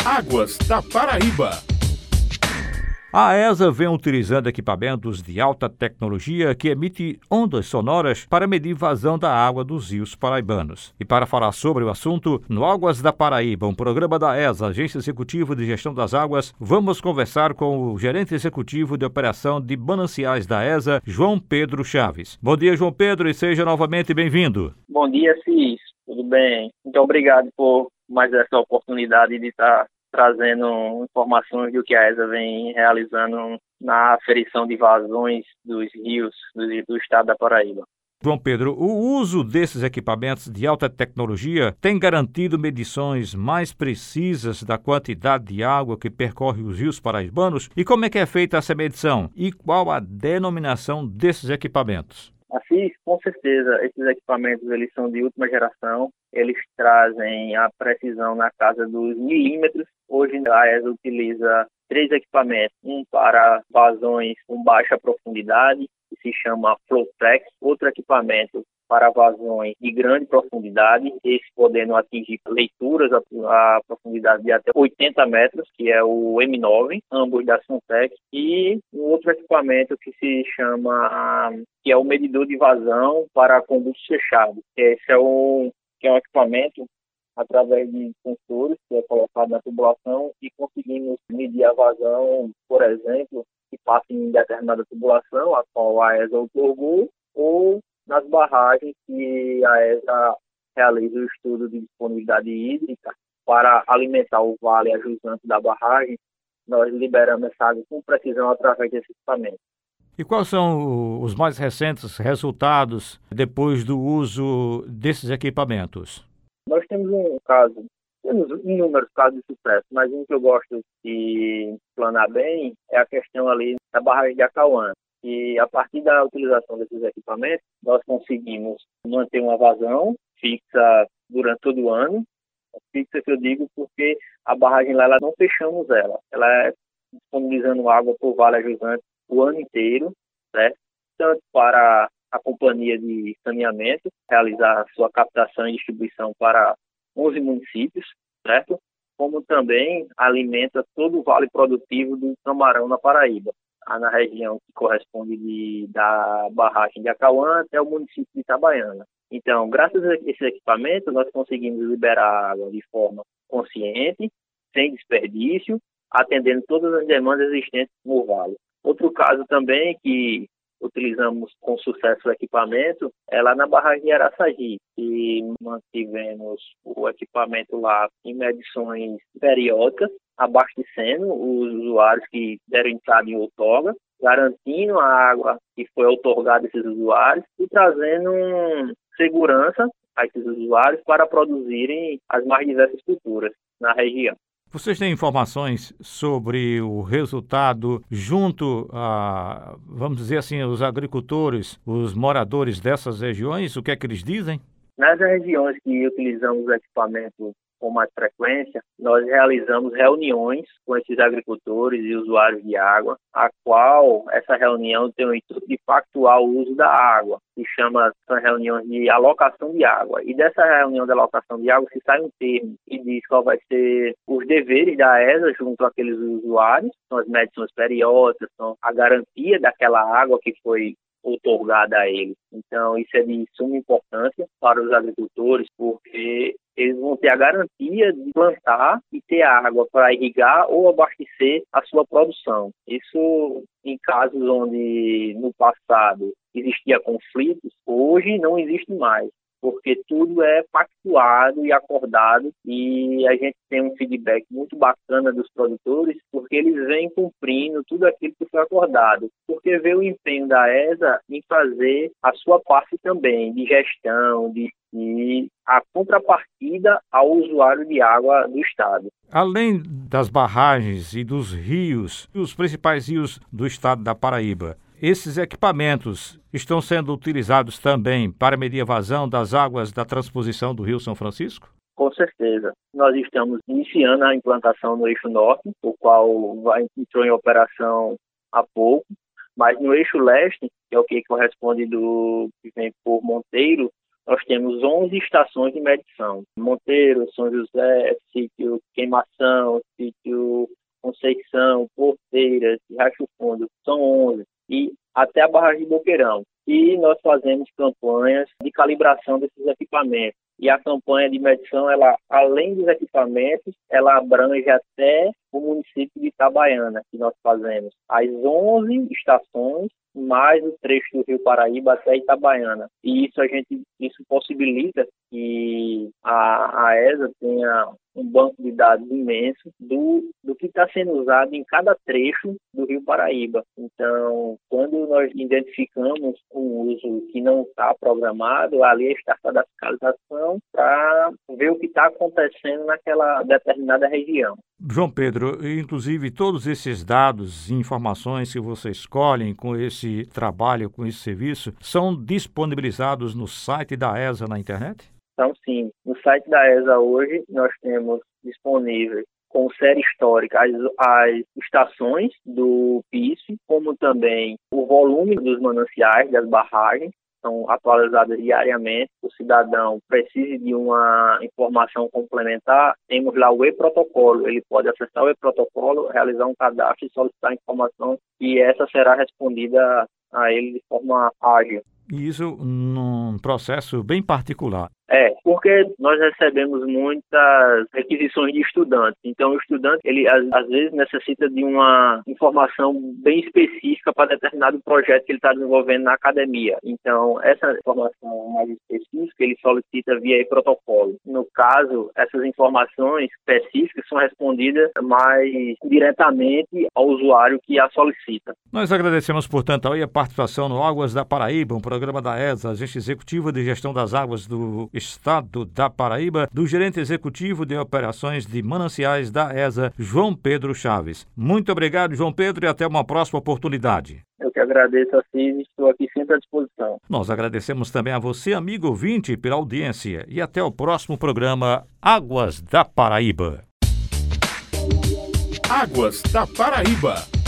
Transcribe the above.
Águas da Paraíba. A ESA vem utilizando equipamentos de alta tecnologia que emitem ondas sonoras para medir vazão da água dos rios paraibanos. E para falar sobre o assunto, no Águas da Paraíba, um programa da ESA, Agência Executiva de Gestão das Águas, vamos conversar com o gerente executivo de operação de mananciais da ESA, João Pedro Chaves. Bom dia, João Pedro, e seja novamente bem-vindo. Bom dia, Cis. Tudo bem? Muito obrigado por mais essa oportunidade de estar trazendo informações do que a ESA vem realizando na aferição de vazões dos rios do estado da Paraíba. João Pedro, o uso desses equipamentos de alta tecnologia tem garantido medições mais precisas da quantidade de água que percorre os rios paraibanos? E como é que é feita essa medição? E qual a denominação desses equipamentos? Assim, com certeza, esses equipamentos eles são de última geração, eles trazem a precisão na casa dos milímetros. Hoje a ESA utiliza 3 equipamentos, um para vazões com baixa profundidade, que se chama Flowtrax, outro equipamento para vazões de grande profundidade, esse podendo atingir leituras a profundidade de até 80 metros, que é o M9, ambos da Suntec, e um outro equipamento que se chama, que é o medidor de vazão para condutos fechados. Esse é um equipamento através de sensores que é colocado na tubulação e conseguimos medir a vazão, por exemplo, que passa em determinada tubulação, a qual a ESA otorgou, ou nas barragens que a ESA realiza o estudo de disponibilidade hídrica para alimentar o vale ajusante da barragem. Nós liberamos essa água com precisão através desse equipamento. E quais são os mais recentes resultados depois do uso desses equipamentos? Nós temos inúmeros casos de sucesso, mas um que eu gosto de planar bem é a questão ali da barragem de Acauã. E a partir da utilização desses equipamentos, nós conseguimos manter uma vazão fixa durante todo o ano. Fixa que eu digo porque a barragem lá, não fechamos ela. Ela é disponibilizando água para o vale ajusante o ano inteiro, certo? Tanto para a companhia de saneamento realizar sua captação e distribuição para 11 municípios, certo? Como também alimenta todo o vale produtivo do Camarão na Paraíba, na região que corresponde da barragem de Acauã até o município de Itabaiana. Então, graças a esse equipamento, nós conseguimos liberar água de forma consciente, sem desperdício, atendendo todas as demandas existentes no vale. Outro caso também que utilizamos com sucesso o equipamento é lá na barragem de Araçagi, e mantivemos o equipamento lá em medições periódicas, abastecendo os usuários que deram entrada em outorga, garantindo a água que foi outorgada a esses usuários e trazendo segurança a esses usuários para produzirem as mais diversas culturas na região. Vocês têm informações sobre o resultado junto a, vamos dizer assim, os agricultores, os moradores dessas regiões? O que é que eles dizem? Nas regiões que utilizamos o equipamento com mais frequência, nós realizamos reuniões com esses agricultores e usuários de água, a qual essa reunião tem o intuito de pactuar o uso da água, que são reuniões de alocação de água. E dessa reunião de alocação de água se sai um termo que diz qual vai ser os deveres da ESA junto àqueles usuários, são as medições periódicas, são a garantia daquela água que foi outorgada a eles. Então, isso é de suma importância para os agricultores, porque eles vão ter a garantia de plantar e ter água para irrigar ou abastecer a sua produção. Isso em casos onde no passado existia conflitos, hoje não existe mais, porque tudo é pactuado e acordado, e a gente tem um feedback muito bacana dos produtores, porque eles vêm cumprindo tudo aquilo que foi acordado, porque vê o empenho da ESA em fazer a sua parte também, de gestão, e a contrapartida ao usuário de água do estado. Além das barragens e dos rios, os principais rios do estado da Paraíba, esses equipamentos estão sendo utilizados também para medir a vazão das águas da transposição do Rio São Francisco? Com certeza. Nós estamos iniciando a implantação no Eixo Norte, o qual entrou em operação há pouco, mas no Eixo Leste, que é o que corresponde que vem por Monteiro, nós temos 11 estações de medição. Monteiro, São José, Sítio Queimação, Sítio Conceição, Porteiras, Riacho Fundo, são 11. E até a barragem de Boqueirão. E nós fazemos campanhas de calibração desses equipamentos. E a campanha de medição, ela, além dos equipamentos, ela abrange até o município de Itabaiana, que nós fazemos as 11 estações, mais o trecho do Rio Paraíba até Itabaiana. E isso possibilita que a ESA tenha um banco de dados imenso do que está sendo usado em cada trecho do Rio Paraíba. Então, quando nós identificamos um uso que não está programado, ali está a fiscalização para ver o que está acontecendo naquela determinada região. João Pedro, inclusive todos esses dados e informações que vocês escolhem com esse trabalho, com esse serviço, são disponibilizados no site da ESA na internet? Então, sim. No site da ESA hoje, nós temos disponível com série histórica as estações do PISF, como também o volume dos mananciais, das barragens, são atualizadas diariamente. O cidadão precisa de uma informação complementar, temos lá o e-protocolo. Ele pode acessar o e-protocolo, realizar um cadastro e solicitar a informação, e essa será respondida a ele de forma ágil. E isso num processo bem particular. Porque nós recebemos muitas requisições de estudantes. Então, o estudante, ele às vezes necessita de uma informação bem específica para determinado projeto que ele está desenvolvendo na academia. Então, essa informação mais específica, ele solicita via protocolo. No caso, essas informações específicas são respondidas mais diretamente ao usuário que a solicita. Nós agradecemos, portanto, a participação no Águas da Paraíba, um programa da ESA, Agência Executiva de Gestão das Águas do Estado da Paraíba, do gerente executivo de operações de mananciais da ESA, João Pedro Chaves. Muito obrigado, João Pedro, e até uma próxima oportunidade. Eu que agradeço, Assis, e estou aqui sempre à disposição. Nós agradecemos também a você, amigo ouvinte, pela audiência, e até o próximo programa Águas da Paraíba. Águas da Paraíba.